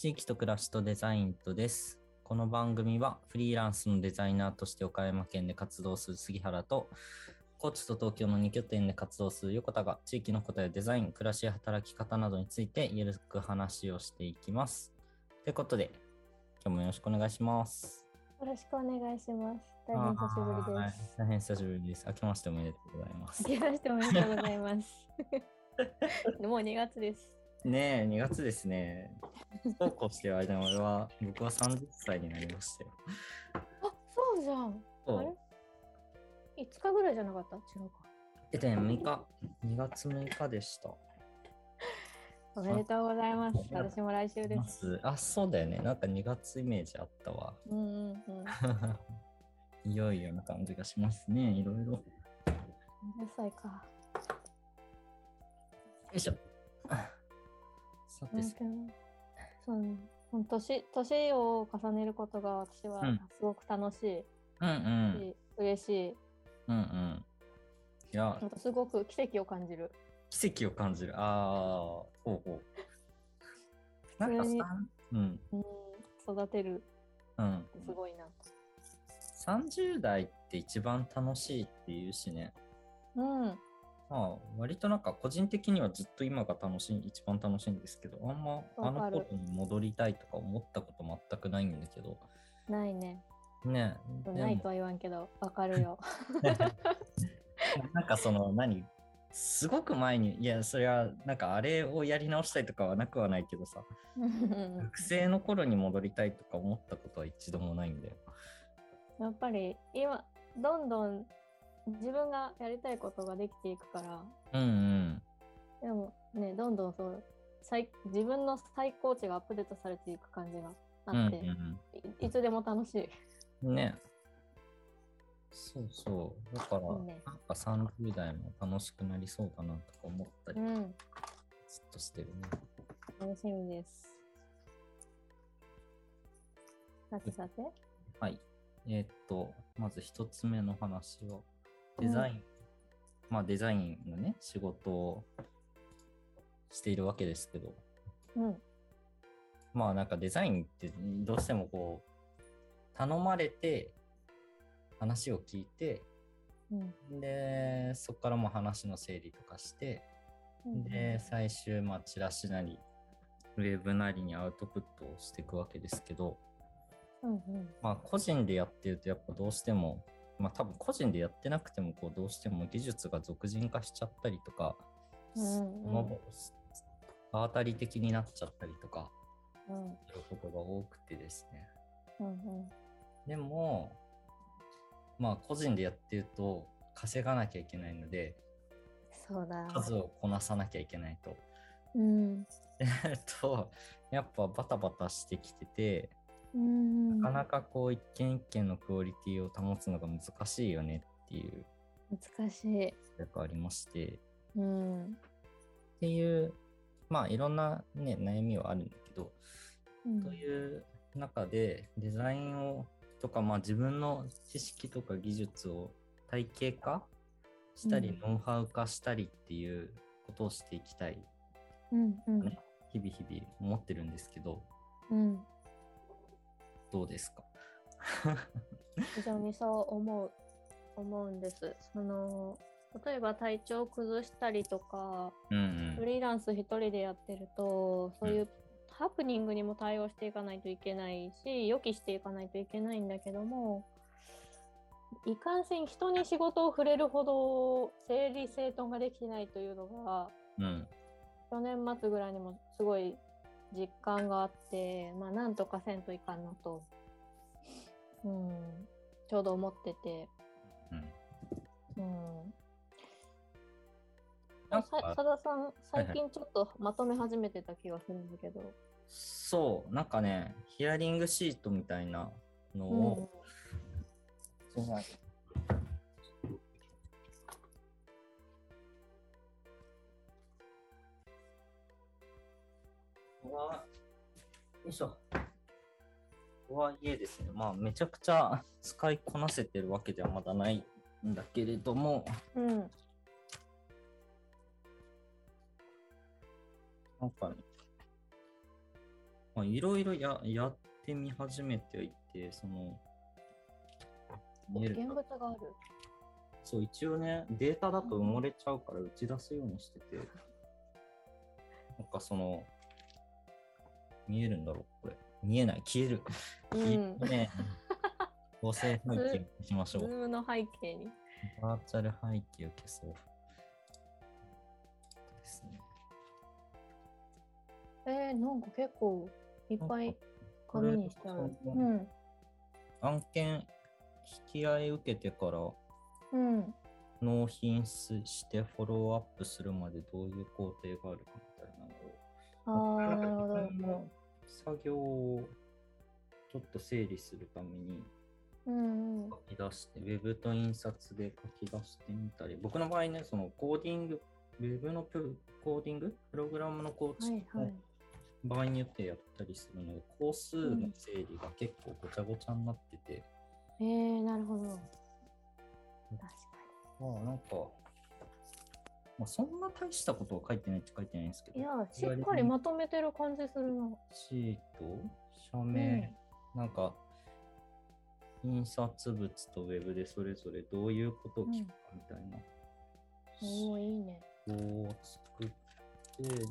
地域と暮らしとデザインとです。この番組はフリーランスのデザイナーとして岡山県で活動する杉原と、高知と東京の2拠点で活動する横田が地域のことやデザイン、暮らしや働き方などについてゆるく話をしていきます。ということで、今日もよろしくお願いします。 よろしくお願いします。大変久しぶりです。 大変久しぶりです。明けましておめでとうございます。 明けましておめでとうございます。もう2月です。 ねえ、2月ですね。そうこうしてる間に僕は30歳になりましたよ。 あ、そうじゃん。あれ ?5 日ぐらいじゃなかった？違うか。 6日、2月6日でした。 おめでとうございます。私も来週です。 あ、そうだよね。なんか2月イメージあったわ。いよいよな感じがしますね。いろいろ。 20歳か。 よいしょ。さて年を重ねることが私はすごく楽しい。嬉しい。 いや、 すごく奇跡を感じる。 奇跡を感じる。ほうほう。なんか育てる。すごいな。 30代って一番楽しいっていうしね。割となんか個人的にはずっと今が一番楽しいんですけど、あんまあの頃に戻りたいとか思ったこと全くないんだけど。 ないね。 ね。 ないとは言わんけど、わかるよ。 なんかすごく前に、いや、それはなんかあれをやり直したいとかはなくはないけどさ、学生の頃に戻りたいとか思ったことは一度もないんだよ。 やっぱり今、どんどん自分がやりたいことができていくから、でもね、どんどん自分の最高値がアップデートされていく感じがあって、いつでも楽しい。 ね。そうそう。だから、なんか30代も楽しくなりそうだなとか思ったり、ずっとしてるね。 楽しみです。さて。 はい。まず一つ目の話は、デザイン。デザインのね、仕事をしているわけですけど、なんかデザインってどうしてもこう、頼まれて、話を聞いて、で、そこからも話の整理とかして、で、最終、チラシなり、ウェブなりにアウトプットをしていくわけですけど、個人でやってるとやっぱどうしても、多分個人でやってなくてもどうしても技術が俗人化しちゃったりとか、場当たり的になっちゃったりとか、することが多くてですね。でも、個人でやってると稼がなきゃいけないので、 そうだ、 数をこなさなきゃいけないと。やっぱバタバタしてきてて、なかなか一件一件のクオリティを保つのが難しいよねっていう。 難しい。 ありまして。っていう、いろんなね、悩みはあるんだけど、という中でデザインをとか、自分の知識とか技術を体系化したり、ノウハウ化したりっていうことをしていきたい。日々思ってるんですけど、どうですか？ 非常にそう思うんです。例えば体調を崩したりとか、フリーランス一人でやってると、そういうハプニングにも対応していかないといけないし、予期していかないといけないんだけども、いかんせん人に仕事を触れるほど整理整頓ができてないというのが、去年末ぐらいにもすごい実感があって、なんとかせんといかんのと、ちょうど思ってて、佐田さん、最近ちょっとまとめ始めてた気がするんだけど。 そう、なんかね、ヒアリングシートみたいなのを、よいしょ。とはいえですね、めちゃくちゃ使いこなせてるわけではまだないんだけれども、なんかね、 まあ、いろいろやってみ始めていて、その、 現物がある。 そう、一応ね、データだと埋もれちゃうから打ち出すようにしてて、なんかその、見えるんだろう、これ。見えない、消える。ね、合成背景を消しましょう。 ズームの背景に。 バーチャル背景を消そう。ですね。なんか結構いっぱい紙にしてある。 案件引き合い受けてから、納品してフォローアップするまでどういう工程があるかみたいなのを、 なるほど。 作業をちょっと整理するために書き出して、ウェブと印刷で書き出してみたり、僕の場合ね、そのコーディング、ウェブのコーディング、プログラムの構築も場合によってやったりするので、工数の整理が結構ごちゃごちゃになってて。 なるほど。確かに。なんか、そんな大したことを書いてないって書いてないんですけど。 いや、しっかりまとめてる感じするな。 シート、社名、なんか、印刷物とウェブでそれぞれどういうことを聞くかみたいな。 いいね。 を作って、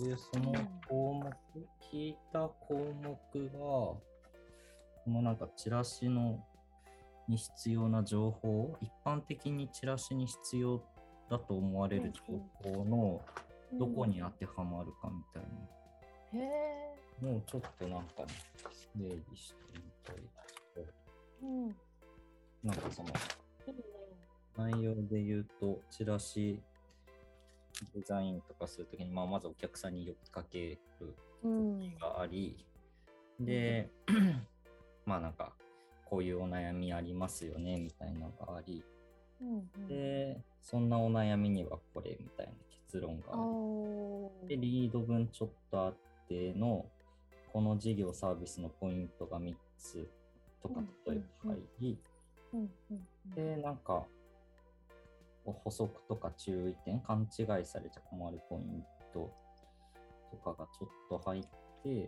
で、その項目、聞いた項目が、このなんかチラシに必要な情報、一般的にチラシに必要だと思われる情報のどこに当てはまるかみたいな。もうちょっとなんか整理してみたいですけど、なんかその内容で言うと、チラシデザインとかするときに、まずお客さんに呼びかける時があり、で、なんかこういうお悩みありますよねみたいなのがあり、で、そんなお悩みにはこれみたいな結論がある。で、リード文ちょっとあっての、この事業サービスのポイントが3つとか例えば入り、で、なんか、補足とか注意点、勘違いされちゃ困るポイントとかがちょっと入って、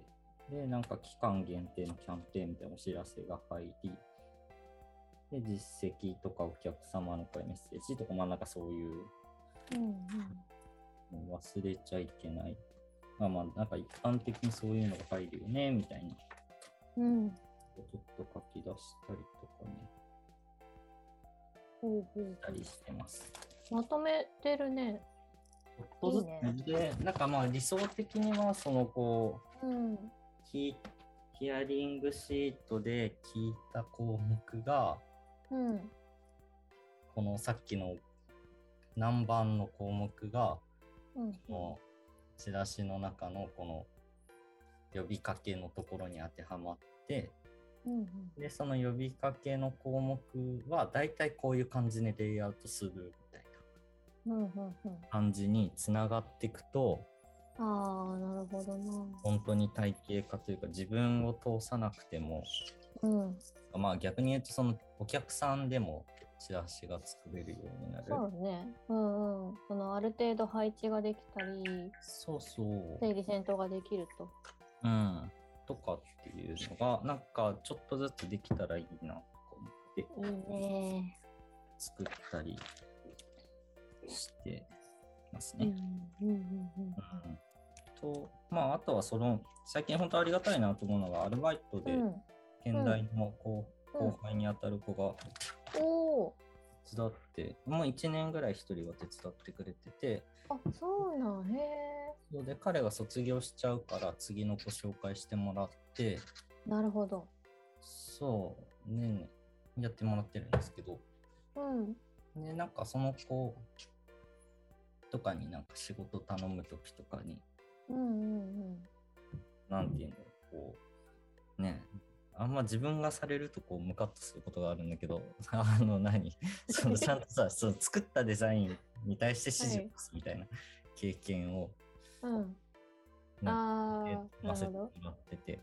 で、なんか期間限定のキャンペーンでお知らせが入り、で、実績とかお客様の声メッセージとか、なんかそういう、忘れちゃいけない。なんか一般的にそういうのが入るよね、みたいな。ちょっと書き出したりとかね。したりしてます。 まとめてるね。 ちょっとずつで、なんか理想的にはそのヒアリングシートで聞いた項目が、このさっきの何番の項目が、このチラシの中のこの呼びかけのところに当てはまって、でその呼びかけの項目はだいたいこういう感じでレイアウトするみたいな感じにつながっていくと、 なるほどな。 本当に体系化というか、自分を通さなくても、逆に言うとそのお客さんでもチラシが作れるようになる。 そうね。そのある程度配置ができたり、整理戦闘ができると。 とかっていうのがなんかちょっとずつできたらいいなと思って作ったりしてますね。あとは最近本当ありがたいなと思うのが、アルバイトで現代の後輩にあたる子が手伝って、もう1年ぐらい1人は手伝ってくれてて、 そうなんで彼が卒業しちゃうから次の子紹介してもらって、 なるほど、 そうね、やってもらってるんですけど、でなんかその子とかになんか仕事頼むときとかに、なんていうの、あんま自分がされるとムカッとすることがあるんだけど、ちゃんとさ、作ったデザインに対して指示を出すみたいな経験を、やらせてもらってて、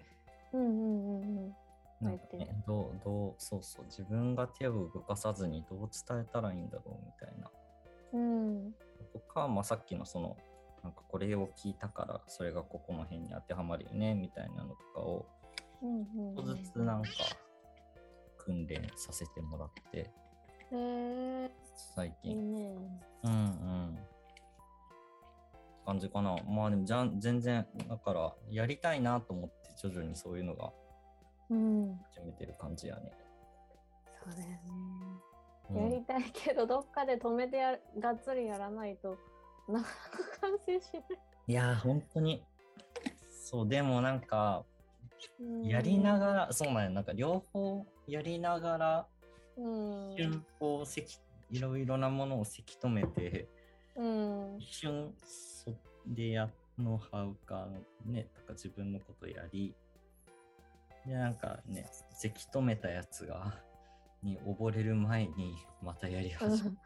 なんかね、自分が手を動かさずにどう伝えたらいいんだろうみたいな。とか、さっきのそのなんかこれを聞いたからそれがここの辺に当てはまるよねみたいなのとかをちょっとずつなんか訓練させてもらって、最近、感じかな。まあでも全然だからやりたいなと思って徐々にそういうのが始めてる感じやね。 そうだよね。やりたいけどどっかで止めてがっつりやらないとなかなか完成しない。 いや本当にそう。でもなんかやりながら、そうなんや、なんか両方やりながら、一瞬いろいろなものをせき止めて、一瞬そでノウハウかねとか自分のことやり、でなんかねせき止めたやつに溺れる前にまたやり始める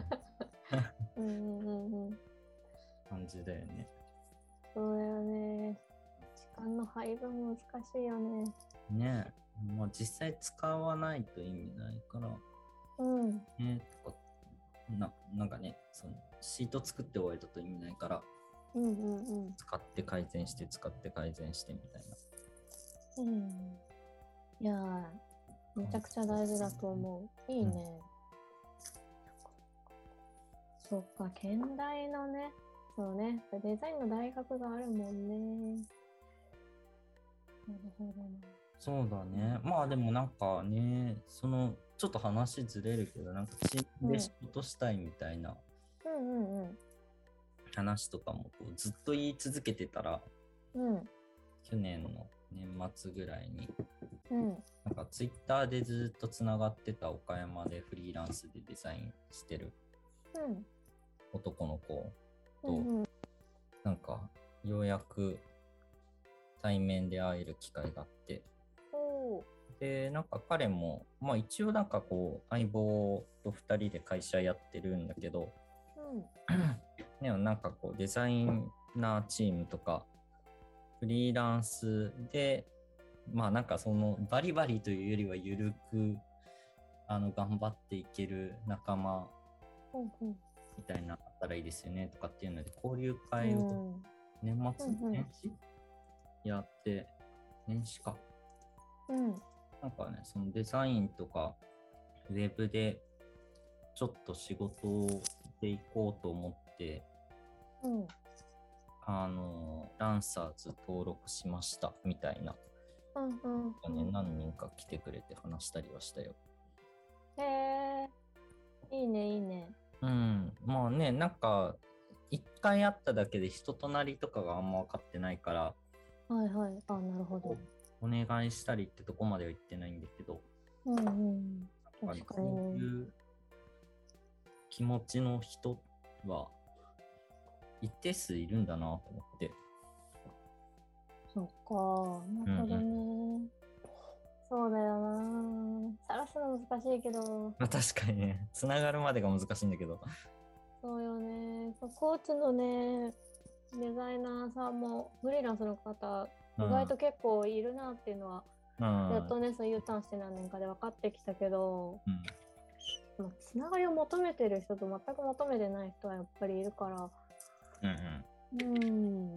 感じだよね。 そうだよね。時間の配分難しいよね。 ねえ、まあ実際使わないと意味ないから、とかなんかね、そのシート作って終わりだと意味ないから、使って改善して使って改善してみたいな。 いやー、めちゃくちゃ大事だと思う。いいね。そっか、現代のね、そうね、デザインの大学があるもんね。なるほどね。 そうだね。まあでもなんかね、ちょっと話ずれるけど、なんかチームで仕事したいみたいな話とかもこうずっと言い続けてたら、去年の年末ぐらいに、なんかツイッターでずっとつながってた岡山でフリーランスでデザインしてる男の子と、なんかようやく対面で会える機会があって、でなんか彼もまあ一応なんかこう相棒と2人で会社やってるんだけど、でもなんかこうデザイナーチームとかフリーランスでまあなんかそのバリバリというよりはゆるく頑張っていける仲間みたいなあったらいいですよねとかっていうので交流会を年末、年始やって年始か、なんかねそのデザインとかウェブでちょっと仕事をしていこうと思って、ランサーズ登録しましたみたいな、何人か来てくれて話したりはしたよ。 へえ、いいねいいね。 まあね、なんか一回会っただけで人となりとかがあんま分かってないから、 なるほど。 お願いしたりってとこまでは言ってないんだけど、確かにそういう気持ちの人は一定数いるんだなと思って。 そっか、なるほどね。そうだよな。探すの難しいけど。 まあ確かにね、つながるまでが難しいんだけど。 そうよね。コーチのね、デザイナーさんもフリーランスの方、意外と結構いるなっていうのは、やっとね、そう U ターンして何年かで分かってきたけど、つながりを求めてる人と全く求めてない人はやっぱりいるから、難しい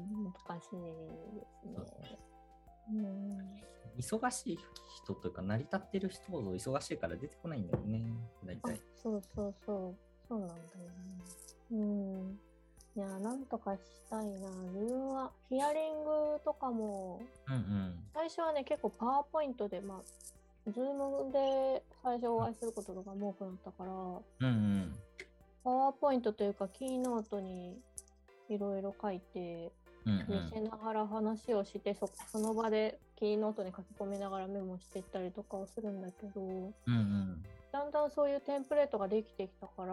ですね。 忙しい人というか成り立ってる人ほど忙しいから出てこないんだよね、大体。 そうなんだよね。いや、なんとかしたいな。自分はヒアリングとかも、最初はね、結構パワーポイントで、ズームで最初お会いすることが多くなったから、パワーポイントというか、キーノートにいろいろ書いて、見せながら話をして、その場でキーノートに書き込みながらメモしていったりとかをするんだけど、だんだんそういうテンプレートができてきたから、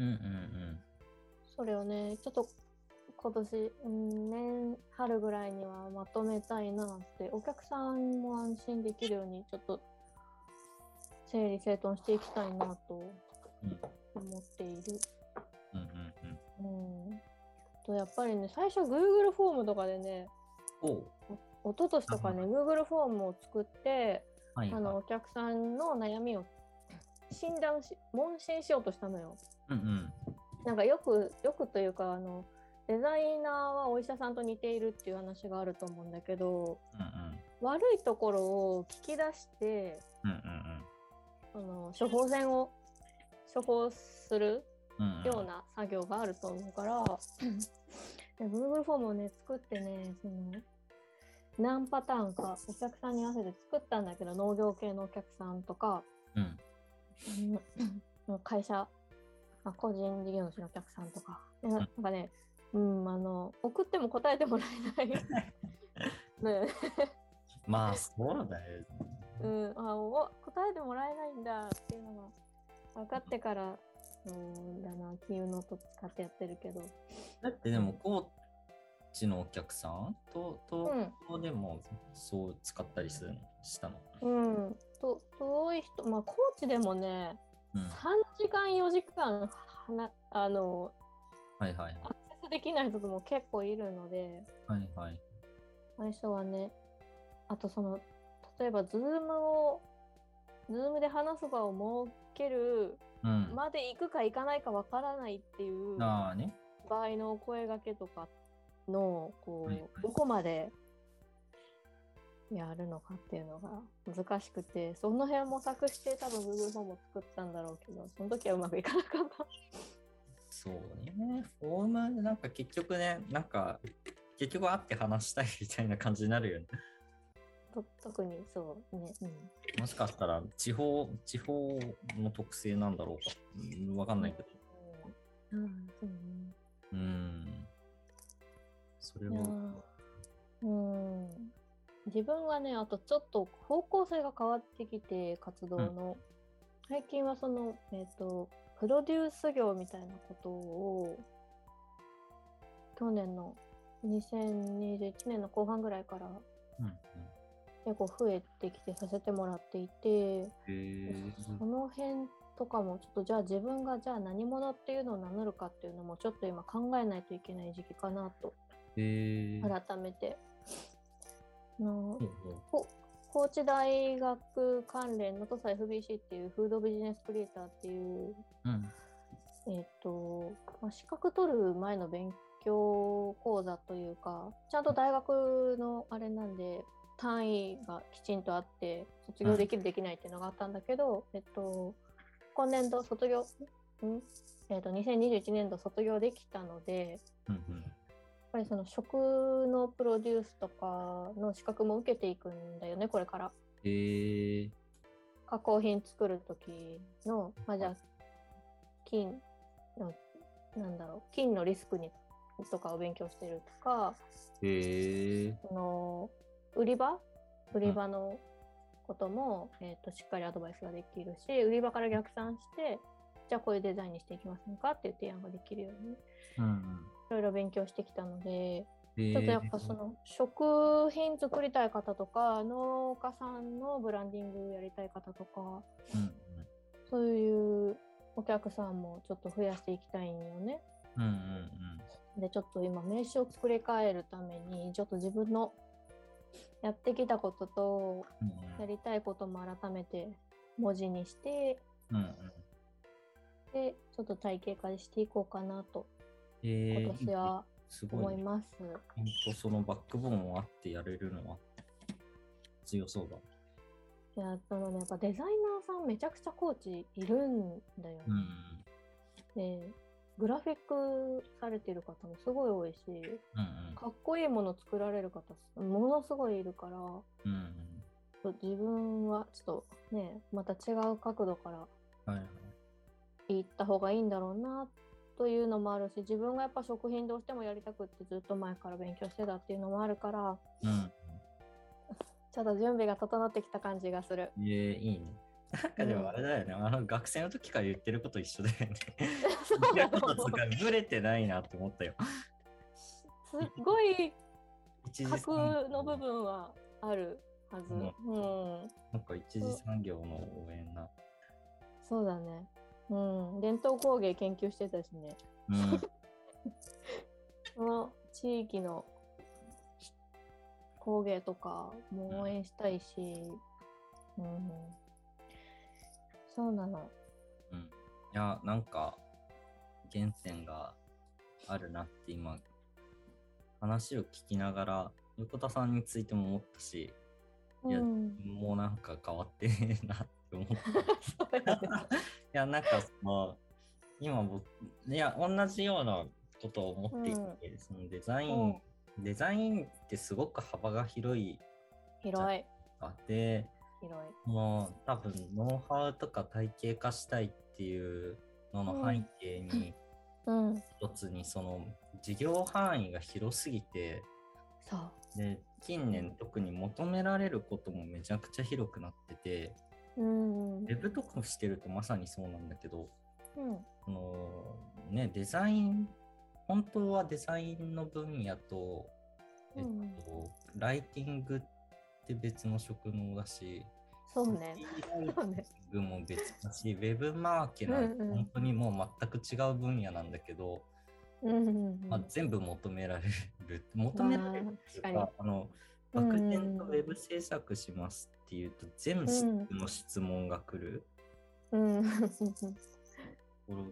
それをね、ちょっと今年、春ぐらいにはまとめたいなって、お客さんも安心できるようにちょっと整理整頓していきたいなと思っている。やっぱりね、最初 Google フォームとかでね、一昨年とかね、Google フォームを作って、お客さんの悩みを問診しようとしたのよ。なんかよくというかデザイナーはお医者さんと似ているっていう話があると思うんだけど、悪いところを聞き出して、その処方箋を処方するような作業があると思うから、Google フォームをね作ってね、その何パターンかお客さんに合わせて作ったんだけど、農業系のお客さんとか、会社、個人事業主のお客さんとか、なんかね、送っても答えてもらえないね。 まあそうだよ、 答えてもらえないんだっていうのが分かってからだな、金融ノート使ってやってるけど。 だってでも高知のお客さんとでもそう使ったりしたの？ 遠い人、高知でもね、3時間4時間アクセスできない人も結構いるので、最初はね、あと例えばズームで話す場を設けるまで行くか行かないかわからないっていう場合のお声掛けとかのどこまでやるのかっていうのが難しくて、その辺模索して多分 Google フォームを作ったんだろうけど、その時はうまくいかなかった。 そうね、フォームなんか結局ね、結局会って話したいみたいな感じになるよね。 特にそうね、 もしかしたら地方の特性なんだろうか、わかんないけど。それは自分はね、あとちょっと方向性が変わってきて、活動の、最近はプロデュース業みたいなことを去年の2021年の後半ぐらいから結構増えてきてさせてもらっていて、その辺とかもちょっとじゃあ自分がじゃあ何者っていうのを名乗るかっていうのもちょっと今考えないといけない時期かなと改めて高知大学関連の土佐 FBC っていうフードビジネスクリエイターっていう、資格取る前の勉強講座というか、ちゃんと大学のあれなんで単位がきちんとあって卒業できる、できないっていうのがあったんだけど、今年度卒業2021年度卒業できたので、やっぱりその食のプロデュースとかの資格も受けていくんだよね、これから。加工品作る時の、じゃあ菌のリスクにとかを勉強してるとか、売り場のことも、しっかりアドバイスができるし、売り場から逆算してじゃあこういうデザインにしていきませんかっていう提案ができるように、いろいろ勉強してきたので、ちょっとやっぱその食品作りたい方とか農家さんのブランディングやりたい方とか、そういうお客さんもちょっと増やしていきたいんよね。でちょっと今名刺を作り変えるためにちょっと自分のやってきたこととやりたいことも改めて文字にして、でちょっと体系化していこうかなと、今年は思います。 本当そのバックボーンをあってやれるのは強そうだ。 いや、やっぱデザイナーさんめちゃくちゃコーチいるんだよ。でグラフィックされてる方もすごい多いし、かっこいいもの作られる方ものすごいいるから、自分はちょっとね、また違う角度から行った方がいいんだろうなというのもあるし、自分がやっぱ食品どうしてもやりたくってずっと前から勉強してたっていうのもあるから、ちょっと準備が整ってきた感じがする。 いいね。なんかでもあれだよね、学生の時から言ってること一緒だよね。ぶれてないなって思ったよ。 すっごい核の部分はあるはず。 なんか一次産業の応援な。 そうだね。伝統工芸研究してたしね。その地域の工芸とかも応援したいし、そうなの。 いや、なんか原点があるなって今話を聞きながら横田さんについても思ったし、いや、もうなんか変わってねえなって思った。いや、なんか今僕、いや、同じようなことを思っていて、そのデザインってすごく幅が広い。で、もう多分ノウハウとか体系化したいっていうのの背景に、一つにその事業範囲が広すぎて、で近年特に求められることもめちゃくちゃ広くなってて、ウェブとかしてるとまさにそうなんだけど、デザイン、本当はデザインの分野と、ライティングって別の職能だし、 そうね。 ライティングも別だし、ウェブマーケなんて本当にもう全く違う分野なんだけど、全部求められるっていうか、漠然とウェブ制作しますっていうと全部の質問が来るところ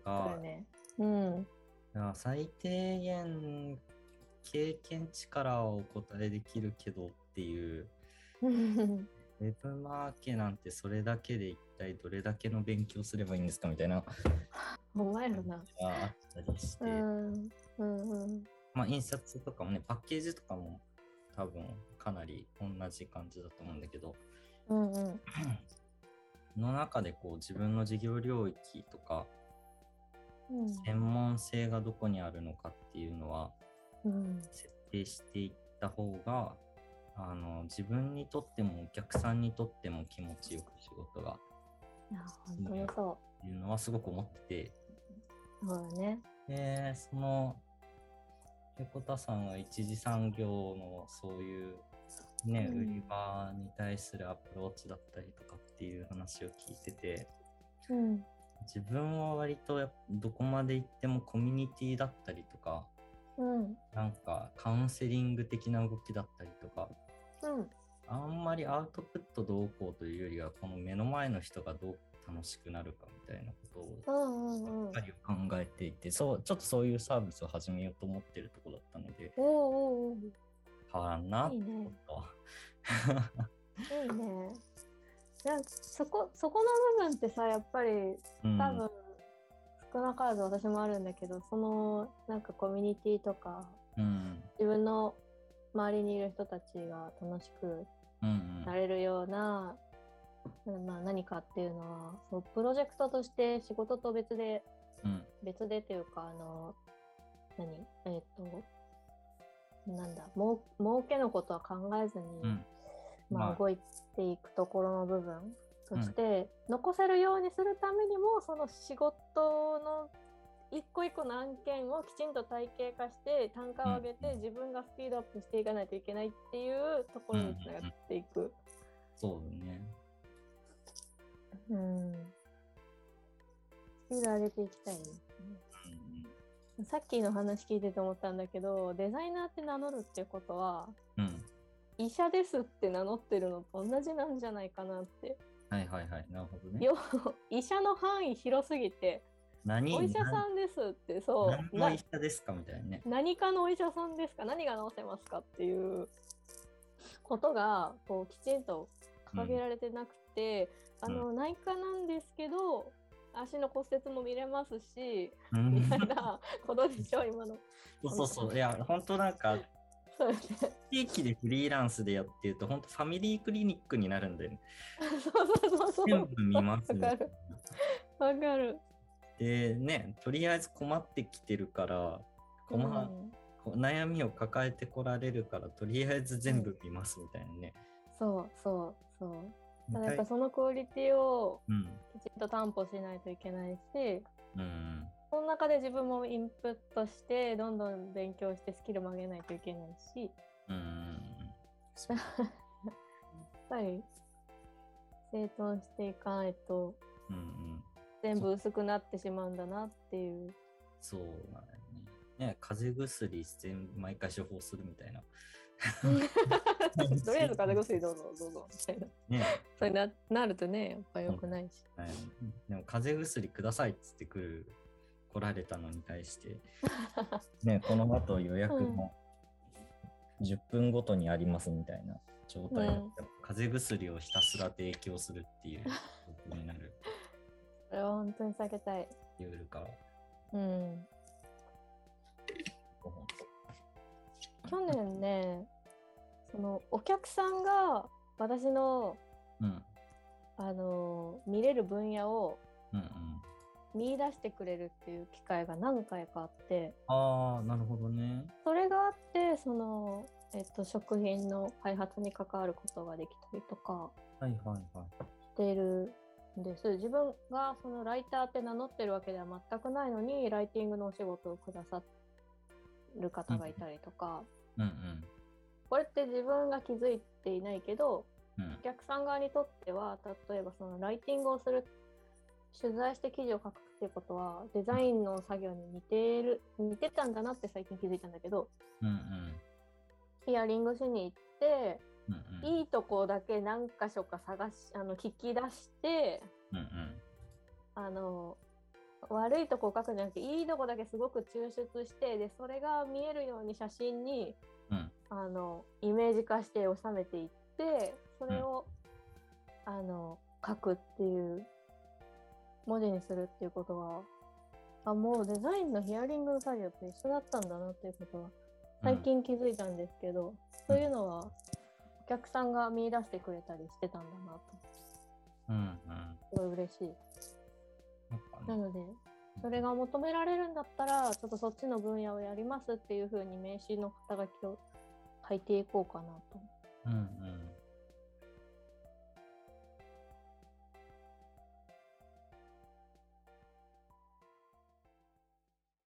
が、最低限経験値からお答えできるけどっていうウェブマーケなんてそれだけで一体どれだけの勉強すればいいんですかみたいなお前らなあったりして、印刷とかもね、パッケージとかも多分かなり同じ感じだと思うんだけど、の中でこう自分の事業領域とか、専門性がどこにあるのかっていうのは、設定していった方が自分にとってもお客さんにとっても気持ちよく仕事が本当にそういうのはすごく思ってて、 そうだね。 でその横田さんは一次産業のそういうね、売り場に対するアプローチだったりとかっていう話を聞いてて、自分は割とどこまで行ってもコミュニティだったりとか、なんかカウンセリング的な動きだったりとか、あんまりアウトプットどうこうというよりはこの目の前の人がどう楽しくなるかみたいなことを考えていて、ちょっとそういうサービスを始めようと思ってるところだったので、変わらんなってことは。 いいね。そこの部分ってさ、やっぱり多分少なからず私もあるんだけど、そのなんかコミュニティとか、自分の周りにいる人たちが楽しくなれるような、何かっていうのは、そうプロジェクトとして仕事と別でっていうか、儲けのことは考えずに、動いていくところの部分として、残せるようにするためにも、その仕事の一個一個の案件をきちんと体系化して単価を上げて、自分がスピードアップしていかないといけないっていうところにつながっていく。 そうだね。 スピード上げていきたいね。さっきの話聞いてて思ったんだけど、デザイナーって名乗るっていうことは、医者ですって名乗ってるのと同じなんじゃないかなって。 なるほどね。 医者の範囲広すぎて、お医者さんですって、 何の医者ですかみたいなね。 何かのお医者さんですか、何が治せますかっていうことがこうきちんと掲げられてなくて、内科なんですけど足の骨折も見れますし、みたいなことでしょ今の。 そういや本当なんか地域でフリーランスでやってると本当ファミリークリニックになるんだよね。 そう全部見ますね。 わかる。 でね、とりあえず困ってきてるから悩みを抱えてこられるからとりあえず全部見ますみたいなね。 ただやっぱそのクオリティをきちんと担保しないといけないし、その中で自分もインプットしてどんどん勉強してスキルも上げないといけないし、やっぱり整頓していかないと全部薄くなってしまうんだなっていう。 そうだね。風邪薬毎回処方するみたいな。 とりあえず風邪薬どうぞみたいな。それなるとね、やっぱ良くないし。 でも風邪薬くださいっつって来られたのに対して、ね、この後予約も 10分ごとにありますみたいな状態で、風邪薬をひたすら提供するっていうことになる。 それは本当に避けたい。 夜から。 去年ね、そのお客さんが私の、見れる分野を見出してくれるっていう機会が何回かあって。 ああ、なるほどね。 それがあってその、食品の開発に関わることができたりとかしているんです。自分がそのライターって名乗ってるわけでは全くないのにライティングのお仕事をくださる方がいたりとか、これって自分が気づいていないけど、お客さん側にとっては例えばそのライティングをする、取材して記事を書くっていうことはデザインの作業に似てたんだなって最近気づいたんだけど、ヒアリングしに行って、いいとこだけ何箇所か聞き出して、悪いとこを書くんじゃなくていいとこだけすごく抽出して、でそれが見えるように写真に、イメージ化して収めていって、それを、書くっていう文字にするっていうことは、もうデザインのヒアリングの作業って一緒だったんだなっていうことは最近気づいたんですけど、そういうのはお客さんが見出してくれたりしてたんだなと、すごい嬉しい。なのでそれが求められるんだったらちょっとそっちの分野をやりますっていう風に名刺の肩書きを書いていこうかなと